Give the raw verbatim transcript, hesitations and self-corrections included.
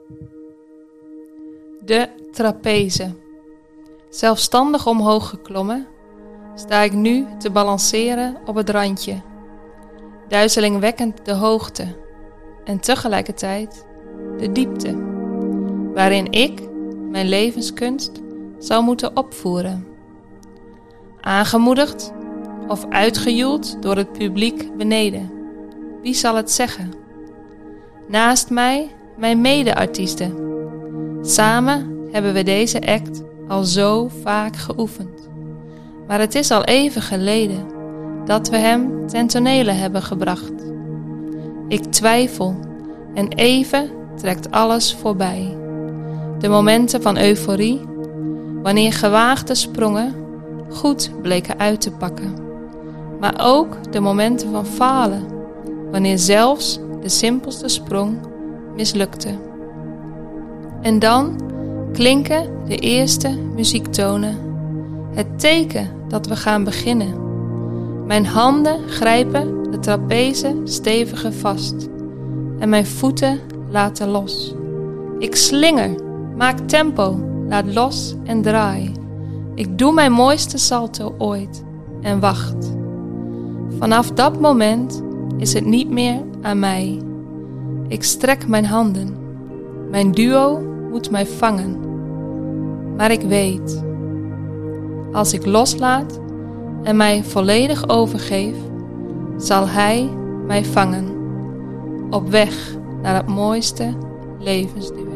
De trapeze. Zelfstandig omhoog geklommen, sta ik nu te balanceren op het randje. Duizelingwekkend de hoogte en tegelijkertijd de diepte, waarin ik mijn levenskunst zou moeten opvoeren. Aangemoedigd of uitgejoeld door het publiek beneden. Wie zal het zeggen? Naast mij mijn mede-artiesten. Samen hebben we deze act al zo vaak geoefend. Maar het is al even geleden dat we hem ten tonele hebben gebracht. Ik twijfel en even trekt alles voorbij. De momenten van euforie, wanneer gewaagde sprongen goed bleken uit te pakken. Maar ook de momenten van falen, wanneer zelfs de simpelste sprong mislukte. En dan klinken de eerste muziektonen, het teken dat we gaan beginnen. Mijn handen grijpen de trapeze steviger vast en mijn voeten laten los. Ik slinger, maak tempo, laat los en draai. Ik doe mijn mooiste salto ooit en wacht. Vanaf dat moment is het niet meer aan mij. Ik strek mijn handen. Mijn duo moet mij vangen. Maar ik weet, als ik loslaat en mij volledig overgeef, zal hij mij vangen. Op weg naar het mooiste levensduo.